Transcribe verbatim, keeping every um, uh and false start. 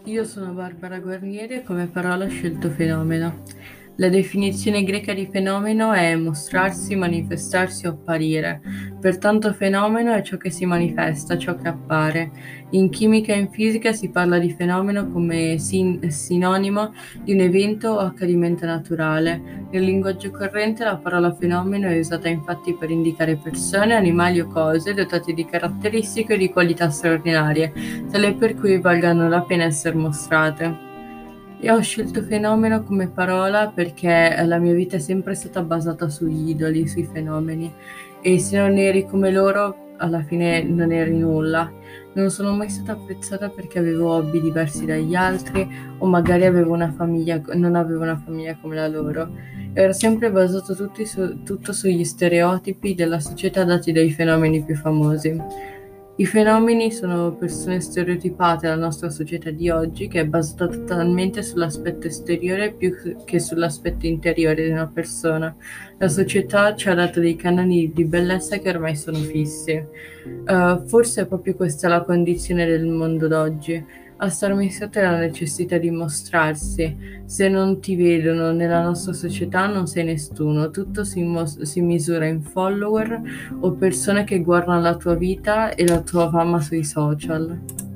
Io sono Barbara Guarnieri e come parola ho scelto fenomeno. La definizione greca di fenomeno è mostrarsi, manifestarsi o apparire. Pertanto fenomeno è ciò che si manifesta, ciò che appare. In chimica e in fisica si parla di fenomeno come sin- sinonimo di un evento o accadimento naturale. Nel linguaggio corrente la parola fenomeno è usata infatti per indicare persone, animali o cose dotate di caratteristiche o di qualità straordinarie, tale per cui valgano la pena essere mostrate. Io ho scelto fenomeno come parola perché la mia vita è sempre stata basata sugli idoli, sui fenomeni, e se non eri come loro, alla fine non eri nulla. Non sono mai stata apprezzata perché avevo hobby diversi dagli altri o magari avevo una famiglia, non avevo una famiglia come la loro. Ero sempre basato tutti su- tutto sugli stereotipi della società dati dai fenomeni più famosi. I fenomeni sono persone stereotipate dalla nostra società di oggi, che è basata totalmente sull'aspetto esteriore più che sull'aspetto interiore di una persona. La società ci ha dato dei canoni di bellezza che ormai sono fissi. Eh, forse è proprio questa la condizione del mondo d'oggi. A starmi sotto è la necessità di mostrarsi. Se non ti vedono nella nostra società non sei nessuno, tutto si, mos- si misura in follower o persone che guardano la tua vita e la tua fama sui social.